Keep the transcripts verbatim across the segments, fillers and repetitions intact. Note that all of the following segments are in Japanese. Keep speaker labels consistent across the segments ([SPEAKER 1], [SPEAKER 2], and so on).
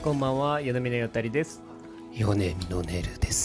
[SPEAKER 1] こんばんは、よねみのよたりです。
[SPEAKER 2] よねみのねるです。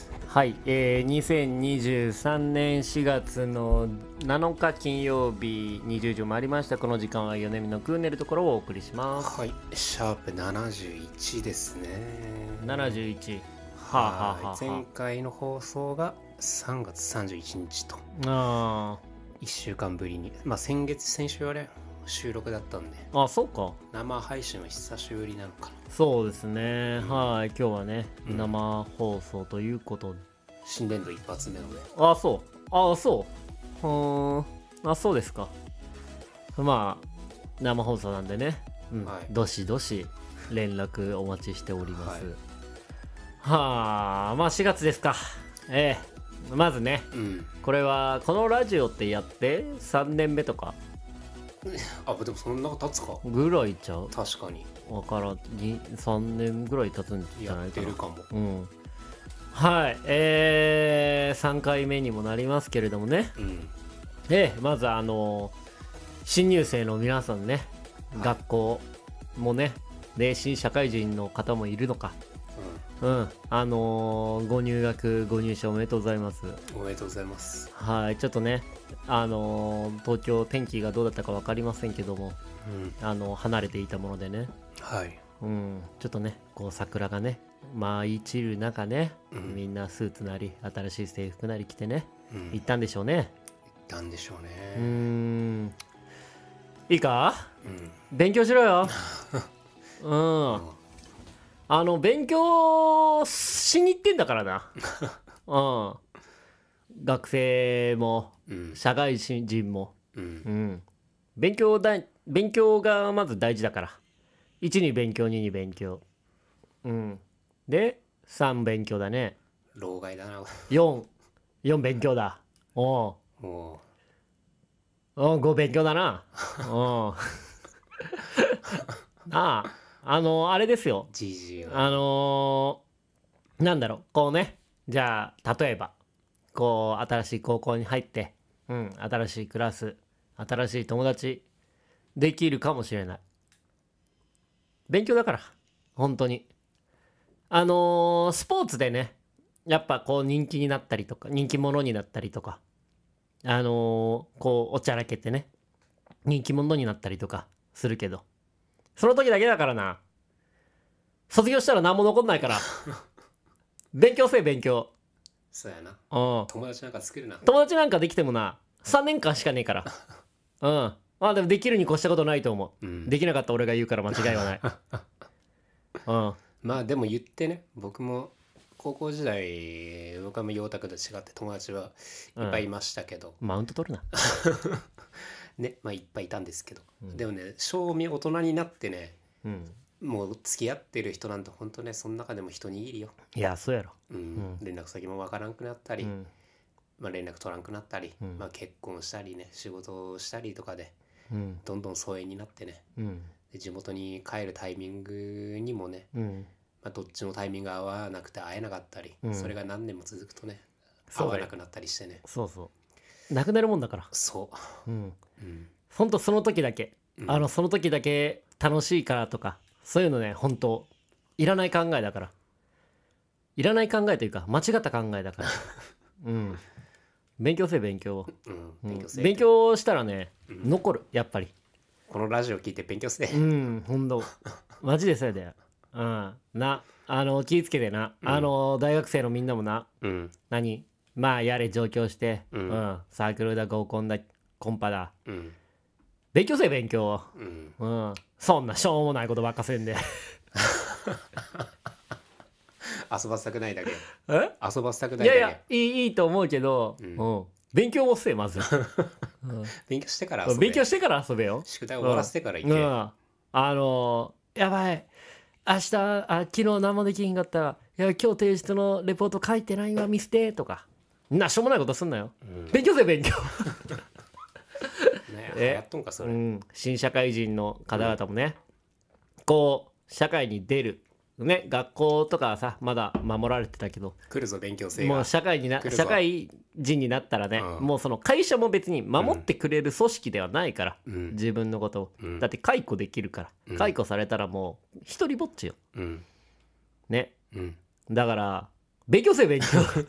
[SPEAKER 1] はい、えー、にせんにじゅうさんねんしがつのなのか金曜日にじゅうじを回りました。この時間はよねみのクーネルところをお送りします。
[SPEAKER 2] はい、シャープななじゅういちですね。
[SPEAKER 1] ななじゅういち。
[SPEAKER 2] はあ、はあはあ、前回の放送がさんがつさんじゅういちにちと、
[SPEAKER 1] あ
[SPEAKER 2] いっしゅうかんぶりに、まあ先月先週あれ収録だったんで、
[SPEAKER 1] あ、そうか、
[SPEAKER 2] 生配信は久しぶりなのかな。
[SPEAKER 1] そうですね、
[SPEAKER 2] うん、
[SPEAKER 1] はい、今日はね、
[SPEAKER 2] うん、
[SPEAKER 1] 生放送ということで、
[SPEAKER 2] 新年度一発目のね。
[SPEAKER 1] ああ、そうああ、そううーん、あ、そうですか。まあ生放送なんでね、うん、はい、どしどし連絡お待ちしております。はい、はあ、まあしがつですか。ええ、まずね、うん、これはこのラジオってやってさんねんめとか
[SPEAKER 2] あ、でもそんな経つか
[SPEAKER 1] ぐらいちゃう。
[SPEAKER 2] 確かに
[SPEAKER 1] わからん、さんねんぐらい経つんじゃないかな。
[SPEAKER 2] やってるかも。
[SPEAKER 1] うん、はい、えー、さんかいめにもなりますけれどもね、うん、えー、まずあの新入生の皆さんね、学校もね、で新社会人の方もいるのか、うん、うん、あのー、ご入学ご入社おめでとうございます。
[SPEAKER 2] おめでとうございます。
[SPEAKER 1] はい、ちょっとね、あのー、東京天気がどうだったか分かりませんけども、うん、あの離れていたものでね、
[SPEAKER 2] はい、
[SPEAKER 1] うん、ちょっとね、こう桜がね舞い散る中ね、うん、みんなスーツなり新しい制服なり着てね、うん、行ったんでしょうね。
[SPEAKER 2] 行ったんでしょうね。
[SPEAKER 1] うーん、いいか、うん、勉強しろよ。うん、うん、あの勉強しに行ってんだからな。うん、学生も、うん、社会人も、うんうん、勉強だ勉強がまず大事だから、いちに勉強、にに勉強、うん、でさん勉強だね。
[SPEAKER 2] 老害だな。
[SPEAKER 1] よん、よん勉強だ。おうおう、ご勉強だな。おうああ、あのー、あれですよ、
[SPEAKER 2] じじい
[SPEAKER 1] あのー、なんだろう、こうね、じゃあ例えばこう新しい高校に入って、うん、新しいクラス、新しい友達できるかもしれない。勉強だから本当に。あのー、スポーツでね、やっぱこう人気になったりとか、人気者になったりとか、あのー、こうおちゃらけてね、人気者になったりとかするけど、その時だけだからな。卒業したら何も残んないから。勉強せえ、勉強。
[SPEAKER 2] そうやな。
[SPEAKER 1] うん。
[SPEAKER 2] 友達なんか作るな。
[SPEAKER 1] 友達なんかできてもな、さんねんかんしかねえから。うん。まあでもできるに越したことないと思う。うん、できなかった俺が言うから間違いはない。
[SPEAKER 2] うん。まあでも言ってね、僕も高校時代、僕はもう陽太くと違って友達はいっぱいいましたけど。
[SPEAKER 1] うん、マウント取るな。
[SPEAKER 2] ね、まあいっぱいいたんですけど。うん、でもね、正味大人になってね、うん、もう付き合ってる人なんて本当ね、その中でも一握りよ。
[SPEAKER 1] いや、そうやろ。
[SPEAKER 2] うん。うん、連絡先もわからんくなったり、うん、まあ連絡取らんくなったり、うん、まあ結婚したりね、仕事をしたりとかで、うん、どんどん疎遠になってね、うん、で地元に帰るタイミングにもね、うん、まあ、どっちのタイミングが合わなくて会えなかったり、うん、それが何年も続くとね、会わなくなったりしてね。
[SPEAKER 1] そうそう、なくなるもんだから。
[SPEAKER 2] そう、うんうん、ほん
[SPEAKER 1] とその時だけ、うん、あのその時だけ楽しいからとか、そういうのね、ほんといらない考えだから。いらない考えというか間違った考えだから。うん、勉強せえ、勉強、うん、勉強せえ、勉強したらね、うん、残る、やっぱり。
[SPEAKER 2] このラジオ聞いて勉強せえ。
[SPEAKER 1] うん、ほんとマジでそうやで。うん、な、あの気ぃつけてな、うん、あの大学生のみんなもな、うん、何、まあやれ上京して、うんうん、サークルだ合コンだコンパだ、うん、勉強せえ、勉強、うんうん、そんなしょうもないことばっかせんで。
[SPEAKER 2] 遊ばせたくないだけ。
[SPEAKER 1] え、
[SPEAKER 2] 遊ばせたくないだけ。
[SPEAKER 1] いやいや、いい、いいと思うけど、うんうん、勉強をせえ、まず。
[SPEAKER 2] うん、勉強してから遊べ。
[SPEAKER 1] 勉強してから遊べよ。
[SPEAKER 2] 宿題終わらせてから行け。
[SPEAKER 1] うんうん、あのー、やばい、明日、あ、昨日何もできひんかったら、いや今日提出のレポート書いてないわ、見捨てとか、なしょうもないことすんなよ。うん、勉強せえ、勉強。
[SPEAKER 2] ね、やっとんかそれ、
[SPEAKER 1] うん、新社会人の方々もね、うん、こう社会に出るね学校とかはさまだ守られてたけど、
[SPEAKER 2] 来るぞ勉強生が
[SPEAKER 1] もう社会にな社会人になったらね、うん、もうその会社も別に守ってくれる組織ではないから、うん、自分のことを、うん、だって解雇できるから、うん、解雇されたらもう一人ぼっちよ、うん、ね、うん、だから勉強せ勉強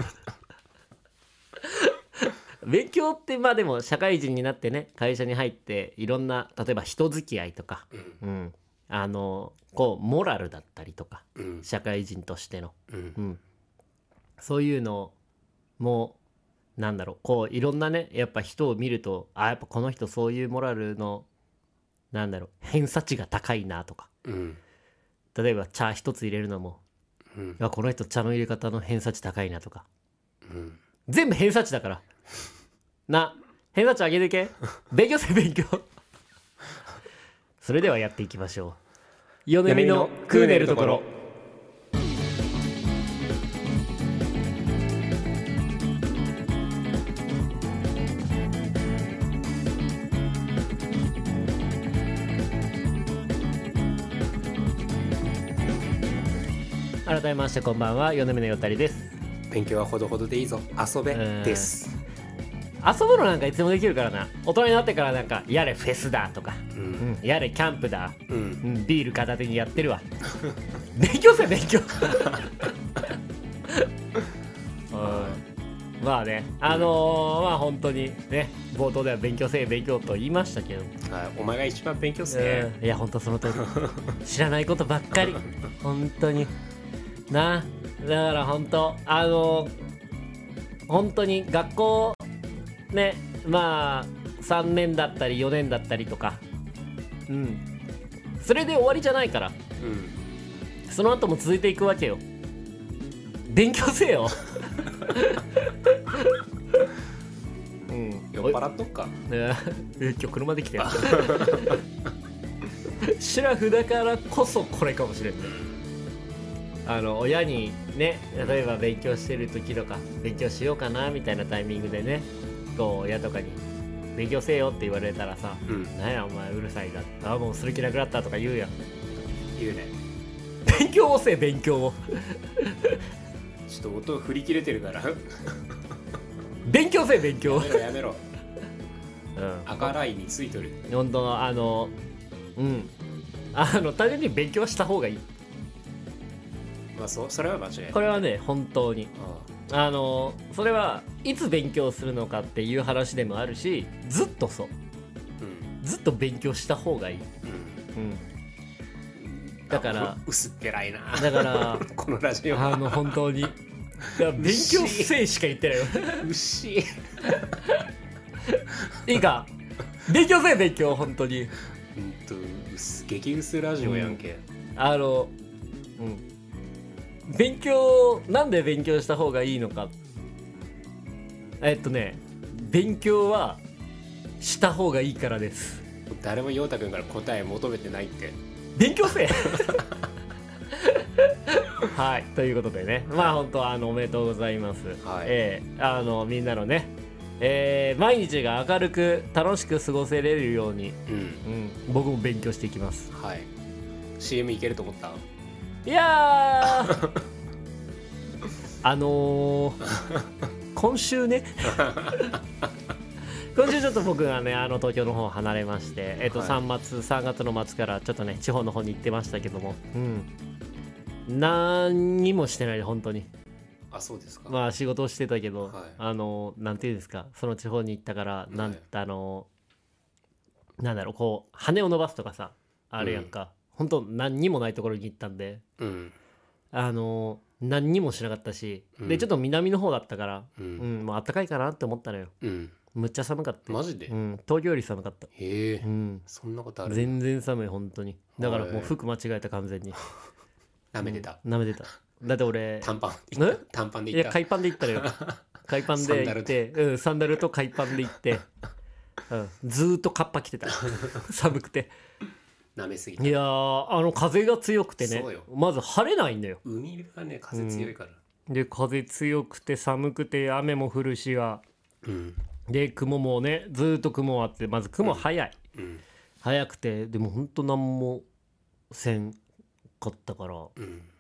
[SPEAKER 1] 勉強ってまあでも社会人になってね会社に入っていろんな例えば人付き合いとか、うん、うん、あのこうモラルだったりとか、うん、社会人としての、うんうん、そういうのもなんだろうこういろんなねやっぱ人を見るとあやっぱこの人そういうモラルのなんだろう偏差値が高いなとか、うん、例えば茶一つ入れるのも、うん、この人茶の入れ方の偏差値高いなとか、うん、全部偏差値だからな偏差値上げてけ勉強せ勉強それではやっていきましょう。米見のクーネルところ。改めましてこんばんは、米見のよたりです。
[SPEAKER 2] 勉強はほどほどでいいぞ遊べです。
[SPEAKER 1] 遊ぶのなんかいつでもできるからな。大人になってからなんかやれフェスだとか、うんうん、やれキャンプだ、うんうん、ビール片手にやってるわ勉強せ勉強まあねあのー、まあ本当にね冒頭では勉強せ勉強と言いましたけど、
[SPEAKER 2] はい、お前が一番勉強せ、
[SPEAKER 1] うん、いや本当その通り知らないことばっかり本当にな。だから本当あのー、本当に学校ねまあさんねんだったりよねんだったりとか、うんそれで終わりじゃないから、うん、その後も続いていくわけよ。勉強せよ
[SPEAKER 2] うん、酔っ払っとっか
[SPEAKER 1] 今日車で来てシラフだからこそこれかもしれんね。あの親にね例えば勉強してる時とか勉強しようかなみたいなタイミングでねこう親とかに勉強せよって言われたらさ、うん、なんやお前うるさいだあもうする気なくなったとか言うやん。
[SPEAKER 2] 言うね。
[SPEAKER 1] 勉強をせえ勉強を
[SPEAKER 2] ちょっと音振り切れてるから
[SPEAKER 1] 勉強せえ勉強
[SPEAKER 2] やめろやめろ、うん、赤ラインについとる。
[SPEAKER 1] 本当あのうんあの単純に勉強はした方がいい。
[SPEAKER 2] まあそそれは間違いない。
[SPEAKER 1] これはね本当にあのそれはいつ勉強するのかっていう話でもあるしずっとそう、うん、ずっと勉強した方がいい、うんうん、だから
[SPEAKER 2] 薄っぺらいな
[SPEAKER 1] だから
[SPEAKER 2] このラジオ
[SPEAKER 1] あの本当に勉強せいしか言ってないよ
[SPEAKER 2] 薄い
[SPEAKER 1] いいか勉強せい勉強本当に
[SPEAKER 2] うんと薄激薄ラジオやんけ、
[SPEAKER 1] うん、あのうん勉強なんで勉強した方がいいのかえっとね勉強はした方がいいからです。
[SPEAKER 2] 誰も陽太くんから答え求めてないって
[SPEAKER 1] 勉強せえはいということでねまあ本当あのおめでとうございます、はい、えー、あのみんなのね、えー、毎日が明るく楽しく過ごせれるように、うんうん、僕も勉強していきます。
[SPEAKER 2] はい シーエム いけると思った。
[SPEAKER 1] いやーあのー、今週ね今週ちょっと僕がねあの東京の方離れまして、えっとさんがつ、はい、さんがつの末からちょっとね地方の方に行ってましたけども、うん、何にもしてないで本当に。
[SPEAKER 2] あそうですか。
[SPEAKER 1] まあ仕事をしてたけど、はい、あのなんていうんですかその地方に行ったからなん、はい、あのなんだろうこう羽を伸ばすとかさあるやんか、うん本当何にもないところに行ったんで、うん、あの何にもしなかったし、うん、でちょっと南の方だったから、うんうん、もう暖かいかなって思ったのよ、うん、むっちゃ寒かった。
[SPEAKER 2] マジで、
[SPEAKER 1] うん、東京より寒かった。
[SPEAKER 2] へえ、うん、そんなことある。
[SPEAKER 1] 全然寒い本当に。だからもう服間違えた完全に
[SPEAKER 2] なめてた、
[SPEAKER 1] な、うん、めてた。だって俺
[SPEAKER 2] 短パン短パンで行った。
[SPEAKER 1] いや海パンで行ったのよ海パンで行ってサンダル、うん、サンダルと海パンで行って、うん、ずーっとカッパ着てた寒くて
[SPEAKER 2] 舐めすぎた。
[SPEAKER 1] いやーあの風が強くてねまず晴れないんだよ。
[SPEAKER 2] 海はね風強いから、
[SPEAKER 1] うん、で風強くて寒くて雨も降るしは、うん、で雲もねずーっと雲あってまず雲早い、うんうん、早くてでもほんと何もせんかったから、うん、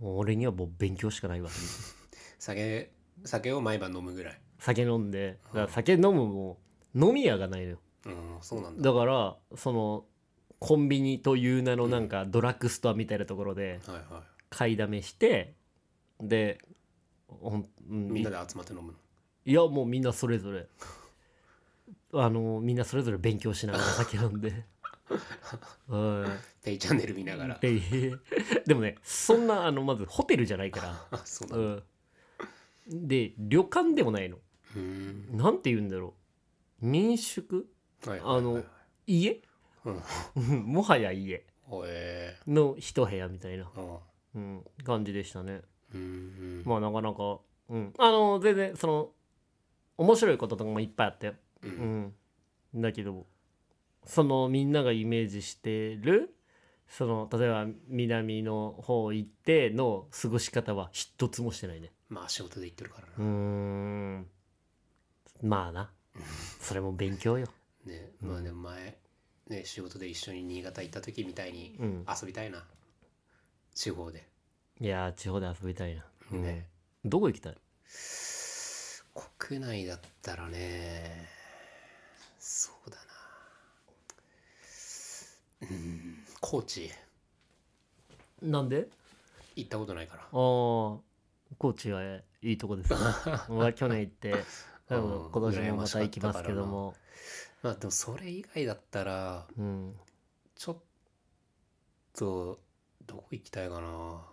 [SPEAKER 1] 俺にはもう勉強しかないわ
[SPEAKER 2] 酒酒を毎晩飲むぐらい。
[SPEAKER 1] 酒飲んで、だから酒飲むも飲み屋がないのよ。
[SPEAKER 2] うん、そうなんだ。
[SPEAKER 1] だからそのコンビニという名のなんかドラッグストアみたいなところで
[SPEAKER 2] はいはい。
[SPEAKER 1] 買いだめして、でほん、うん、
[SPEAKER 2] みんなで集まって飲むの？
[SPEAKER 1] いやもうみんなそれぞれあのみんなそれぞれ勉強しながら酒飲んでうん
[SPEAKER 2] ペイチャンネル見ながら。
[SPEAKER 1] ででもねそんなあのまずホテルじゃないから
[SPEAKER 2] あ、そうなんだ。
[SPEAKER 1] うん、で旅館でもないの。
[SPEAKER 2] うーん。
[SPEAKER 1] なんて言うんだろう、民宿、
[SPEAKER 2] はいはいはいはい、
[SPEAKER 1] あの家、
[SPEAKER 2] うん、
[SPEAKER 1] もはや家
[SPEAKER 2] へ
[SPEAKER 1] の一部屋みたいな、
[SPEAKER 2] ー
[SPEAKER 1] うん、感じでしたね。
[SPEAKER 2] うんうん。
[SPEAKER 1] まあなかなか、うん、あの全然その面白いこととかもいっぱいあったよ、
[SPEAKER 2] う
[SPEAKER 1] うんん、だけどそのみんながイメージしてるその例えば南の方行っての過ごし方は一つもしてないね。
[SPEAKER 2] まあ仕事で行ってるから
[SPEAKER 1] うー
[SPEAKER 2] な。
[SPEAKER 1] ん、まあな、それも勉強よ。
[SPEAKER 2] ね、まあでも前、ね、仕事で一緒に新潟行った時みたいに
[SPEAKER 1] うん
[SPEAKER 2] 遊びたいな、地方で。
[SPEAKER 1] いやー地方で遊びたいな、うん
[SPEAKER 2] ね、
[SPEAKER 1] どこ行きたい？
[SPEAKER 2] 国内だったらね、そうだな、うん、高知
[SPEAKER 1] なんで？
[SPEAKER 2] 行ったことないから。
[SPEAKER 1] ああ高知はいいとこですね俺は去年行って多分今年もまた行きますけども、
[SPEAKER 2] まあでもそれ以外だったら、
[SPEAKER 1] うん、
[SPEAKER 2] ちょっとどこ行きたいかな。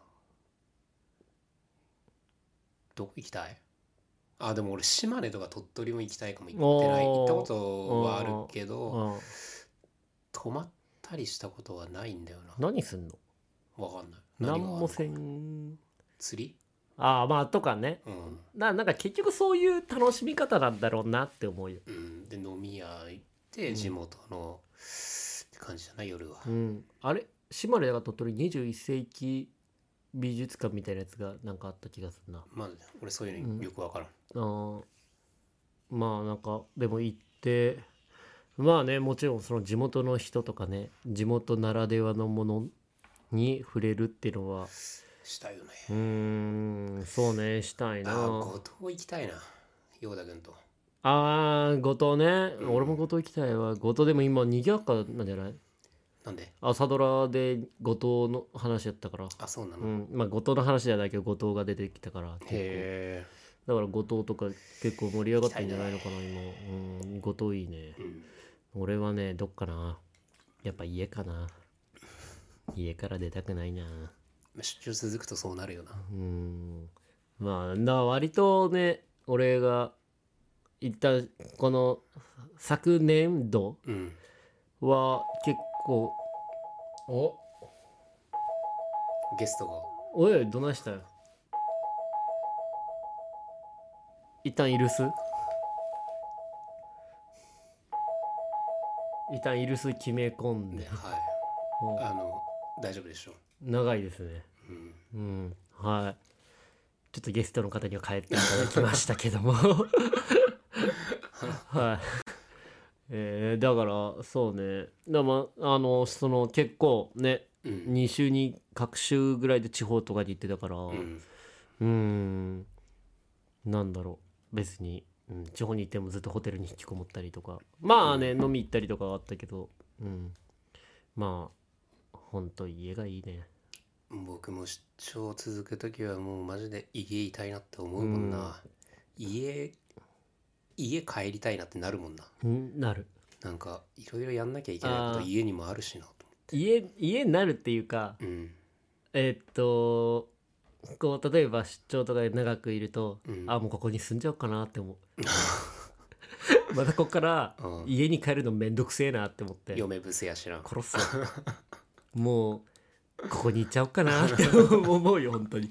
[SPEAKER 2] どこ行きたい？あ、でも俺島根とか鳥取も行きたいかも。行ってない。行ったことはあるけど泊まったりしたことはないんだよな。
[SPEAKER 1] 何すんの？
[SPEAKER 2] わかんない。
[SPEAKER 1] 何もせ
[SPEAKER 2] ん。釣り？
[SPEAKER 1] ああまあとかね、
[SPEAKER 2] うん、
[SPEAKER 1] な, なんか結局そういう楽しみ方なんだろうなって思うよ、
[SPEAKER 2] うん、で飲み屋行って地元の、うん、って感じじゃない夜は、
[SPEAKER 1] うん、あれ島根だから鳥取にじゅういっ世紀美術館みたいなやつがなんかあった気がするな。
[SPEAKER 2] まあ俺そういうのよくわからん、
[SPEAKER 1] うん、あまあなんかでも行ってまあねもちろんその地元の人とかね地元ならではのものに触れるっていうのは
[SPEAKER 2] したいよね。
[SPEAKER 1] うーんそうねしたいな。
[SPEAKER 2] あ五島行きたいな、陽太くんと。
[SPEAKER 1] あー五島ね、
[SPEAKER 2] うん、
[SPEAKER 1] 俺も五島行きたいわ。五島でも今にぎやかなんじゃない？
[SPEAKER 2] なんで？
[SPEAKER 1] 朝ドラで五島の話やったから。
[SPEAKER 2] あ、そうなの、
[SPEAKER 1] うん、まあ五島の話じゃないけど五島が出てきたから結構
[SPEAKER 2] へえ。
[SPEAKER 1] だから五島とか結構盛り上がってんじゃないのかな今、うん、五島いいね、うん、俺はねどっかな、やっぱ家かな、家から出たくないな。
[SPEAKER 2] 出張続くとそうなるよな。
[SPEAKER 1] うん、まあな割とね俺が行ったこの昨年度は結構、うん、お
[SPEAKER 2] ゲストが
[SPEAKER 1] おいどないしたよ。一旦イルス一旦イルス決め込んで、
[SPEAKER 2] ね、はい、あの大丈夫でしょう。
[SPEAKER 1] 長いですね、うん、うん、はいちょっとゲストの方には帰っていただきましたけどもはいえー、だからそうねだまあのその結構ね、うん、に週に各週ぐらいで地方とかに行ってたからうんうーんなんだろう別に、うん、地方に行ってもずっとホテルに引きこもったりとかまあね、うん、飲み行ったりとかはあったけど、うん、まあほんと家がいいね。
[SPEAKER 2] 僕も出張続くときはもうマジで家いたいなって思うもんな、うん、家家帰りたいなってなるもんな。
[SPEAKER 1] んなる。
[SPEAKER 2] なんかいろいろやんなきゃいけないこと家にもあるしなと思って。
[SPEAKER 1] 家家になるっていうか、うん、えー、っとこう例えば出張とかで長くいると、うん、あもうここに住んじゃおうかなって思うまたここから家に帰るのめんどくせえなって思って、うん、
[SPEAKER 2] 嫁ブスやしな
[SPEAKER 1] 殺すよもうここに行っちゃおうかなって思うよ本当に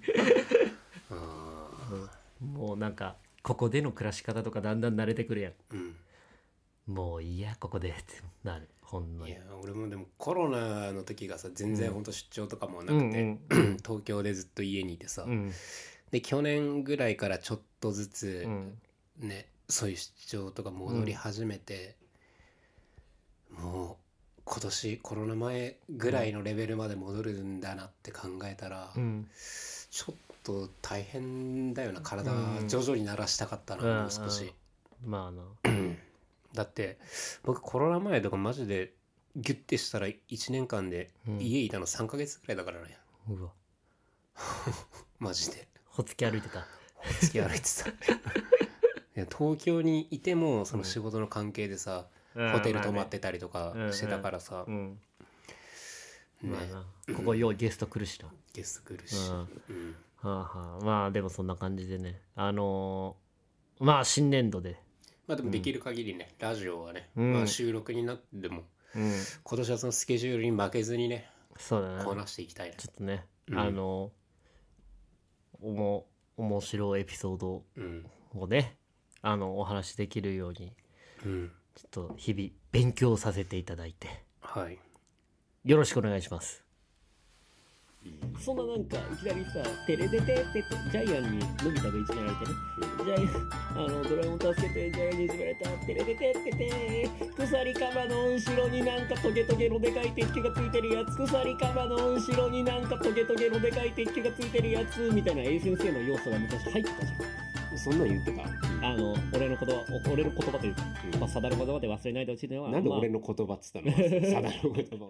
[SPEAKER 1] うん、もうなんかここでの暮らし方とかだんだん慣れてくるやん、うん、もういいやここでってなるほんのに。
[SPEAKER 2] いや俺もでもコロナの時がさ全然ほんと出張とかもなくて、うんうんうん、東京でずっと家にいてさ、うん、で去年ぐらいからちょっとずつ、うん、ねそういう出張とか戻り始めて、うん、もう今年コロナ前ぐらいのレベルまで戻るんだなって考えたら、うん、 ちょっと大変だよな体、
[SPEAKER 1] うん、
[SPEAKER 2] 徐々に慣らしたかったな、
[SPEAKER 1] うん、
[SPEAKER 2] もう少し、
[SPEAKER 1] うん、まあな
[SPEAKER 2] だって僕コロナ前とかマジでギュッてしたらいちねんかんで家いたのさんかげつぐらいだからね、
[SPEAKER 1] うん、うわ
[SPEAKER 2] マジで
[SPEAKER 1] ほつき歩いてた
[SPEAKER 2] ほつき歩いてたいや東京にいてもその仕事の関係でさ、うん、ホテル泊まってたりとかしてたからさ、うん
[SPEAKER 1] うん、ね、まあ、ここようゲスト来るしな
[SPEAKER 2] ゲスト来るし、うんうん、
[SPEAKER 1] はあはあ、まあでもそんな感じでね、あのー、まあ新年度で
[SPEAKER 2] まあでもできる限りね、うん、ラジオはね、うん、まあ収録になっても、うん、今年はそのスケジュールに負けずにね、
[SPEAKER 1] そうだね、
[SPEAKER 2] こなしていきたいね。
[SPEAKER 1] ちょっとね、うん、あのおも面白いエピソードをね、うん、あのお話しできるように、うん、ちょっと日々勉強させていただいて、はい、よろしくお願いします。そんななんかいきなりさテレテテテってジャイアンにのび太がいじめられてね、ジャイアンあのドラえもん助けてジャイアンにいじめられたテレテテテテ鎖カバの後ろになんかトゲトゲのでかい鉄球がついてるやつ、鎖カバの後ろになんかトゲトゲのでかい鉄球がついてるやつみたいな A 先生の要素が昔入ってたじゃん。
[SPEAKER 2] そんなん言ってた？
[SPEAKER 1] あの俺の言葉俺の言葉というか、うん、まあ、定の言葉で忘れないでほしいのは
[SPEAKER 2] なんで俺の言葉っつったの？定の言葉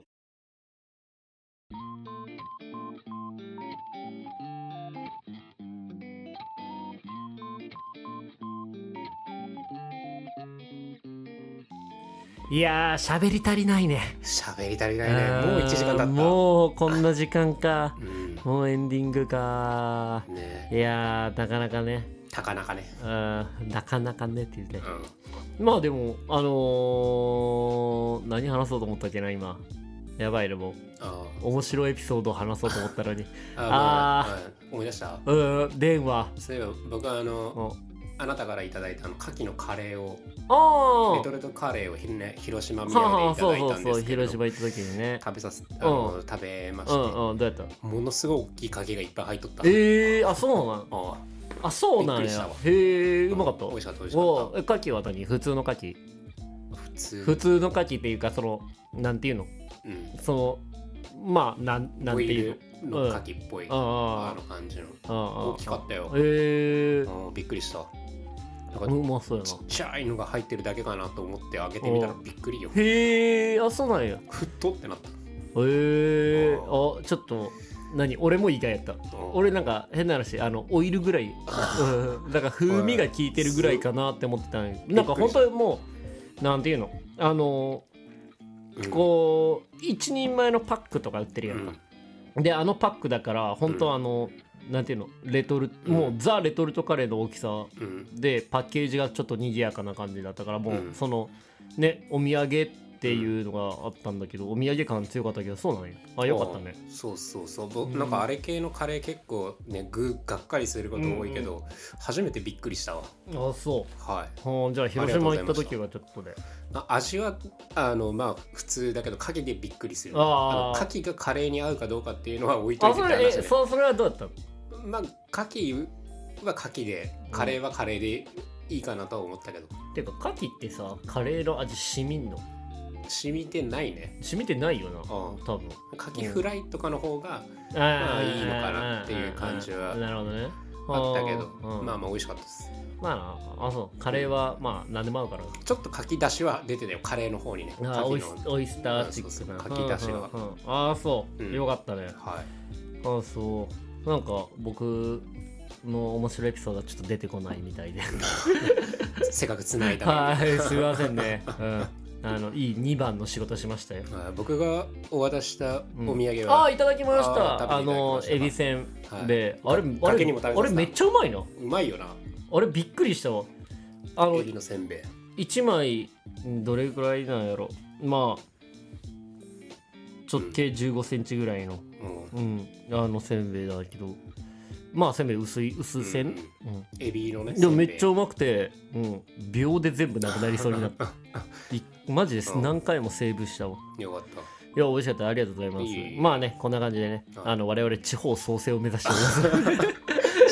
[SPEAKER 1] いやー喋り足りないね
[SPEAKER 2] 喋り足りないね。もういちじかん経った。
[SPEAKER 1] もうこんな時間か、うん、もうエンディングか、ね、いやーなかなかね
[SPEAKER 2] なかなかね
[SPEAKER 1] うんなかなかねって言って、うん、まあでもあのー、何話そうと思ったっけな今やばいねもう面白いエピソードを話そうと思ったのに
[SPEAKER 2] ああ、うん、思い出した
[SPEAKER 1] うん電話
[SPEAKER 2] そういえば僕はあのあなたからいただいたあの牡蠣のカレーをレトルトカレーをひ、ね、広島土産でいただいたんですけど、はあ、そうそうそう
[SPEAKER 1] 広島行った時にね
[SPEAKER 2] 食べさせあの、うん、食べまして、うんうん、
[SPEAKER 1] どうやった
[SPEAKER 2] ものすごい大きい牡蠣がいっぱい入っとった
[SPEAKER 1] えー、あそうなのあそうなんやへえうまかった、
[SPEAKER 2] うん、美味しかった美味しかった
[SPEAKER 1] 牡蠣は何普通の牡蠣
[SPEAKER 2] 普通
[SPEAKER 1] 普通の牡蠣っていうかそのなんていうの、うん、そのまあなんなんていう
[SPEAKER 2] の牡蠣っぽい、うん、あの感じの大きかったよ
[SPEAKER 1] へえ
[SPEAKER 2] びっくりした
[SPEAKER 1] うまそうやな
[SPEAKER 2] ちっちゃいのが入ってるだけかなと思って開けてみたらびっくりよ
[SPEAKER 1] へえあそうなんや
[SPEAKER 2] ふっとってなったへ
[SPEAKER 1] えあちょっと何俺も意外やった俺なんか変な話あのオイルぐらい、うん、だから風味が効いてるぐらいかなって思ってたんやなんか本当にもうなんていうのあの、うん、こう一人前のパックとか売ってるやんか、うん、であのパックだから本当あの、うんなんていうのレトル、うん、もうザ・レトルトカレーの大きさで、うん、パッケージがちょっと賑やかな感じだったからもう、うん、そのねお土産っていうのがあったんだけど、うん、お土産感強かったけどそうなんやあよかったね
[SPEAKER 2] そうそうそう、うん、なんかあれ系のカレー結構ね具がっかりすること多いけど、うんうん、初めてびっくりしたわ
[SPEAKER 1] あそう
[SPEAKER 2] はい
[SPEAKER 1] はじゃあ広島行った時はちょっとで
[SPEAKER 2] 味はあのまあ普通だけど牡蠣でびっくりするああの牡蠣がカレーに合うかどうかっていうのは置いといてって話ね
[SPEAKER 1] あそれえそそれはどうだったの
[SPEAKER 2] まあ牡蠣は牡蠣でカレーはカレーでいいかなとは思ったけど、
[SPEAKER 1] うん、てか牡蠣ってさカレーの味染みんの
[SPEAKER 2] 染みてないね
[SPEAKER 1] 染みてないよな、うん、多分
[SPEAKER 2] 牡蠣フライとかの方が、うん、まあいいのかなっていう感じは
[SPEAKER 1] なるほどね
[SPEAKER 2] あったけど、うん、まあまあ美味しかったです
[SPEAKER 1] まあなあそうカレーはまあ何でも合うから
[SPEAKER 2] ちょっと牡蠣だしは出てたよカレーの方にね
[SPEAKER 1] あオイスオイスターチックな
[SPEAKER 2] 牡蠣だしが、うんうんうん、
[SPEAKER 1] ああそう、うん、よかったねはい
[SPEAKER 2] あ
[SPEAKER 1] あそうなんか僕の面白いエピソードはちょっと出てこないみたいで
[SPEAKER 2] せっかくつないだ
[SPEAKER 1] はいすいませんね、うん、あのいいにばんの仕事しましたよ
[SPEAKER 2] 僕がお渡ししたお土産は、うん、
[SPEAKER 1] ああいただきましたあのエビせんで、はい、あれあれあれめっちゃうまいなう
[SPEAKER 2] まいよな
[SPEAKER 1] あれびっくりしたわ
[SPEAKER 2] あのエビのせんべい
[SPEAKER 1] いちまいどれぐらいなんやろまあ直径じゅうごセンチぐらいの、うんうん、あのせんべいだけどまあせんべい薄い薄せん、うんうん、
[SPEAKER 2] エビのね
[SPEAKER 1] でもめっちゃうまくて、うん、秒で全部なくなりそうになったマジです、うん、何回もセーブしたわ
[SPEAKER 2] よかった
[SPEAKER 1] いや美味しかったありがとうございますいいまあねこんな感じでね、はい、あの我々地方創生を目指しております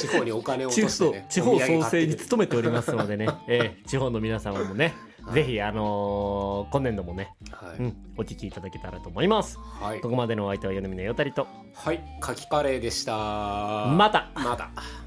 [SPEAKER 2] 地方にお金を落としてね
[SPEAKER 1] 地方創生に努めておりますのでね、えー、地方の皆様もね、はい、ぜひあのー、今年度もね、はいうん、お聞きいただけたらと思います、はい、ここまでのお相手は米峰よたりと
[SPEAKER 2] はいかきカレーでした。
[SPEAKER 1] また
[SPEAKER 2] また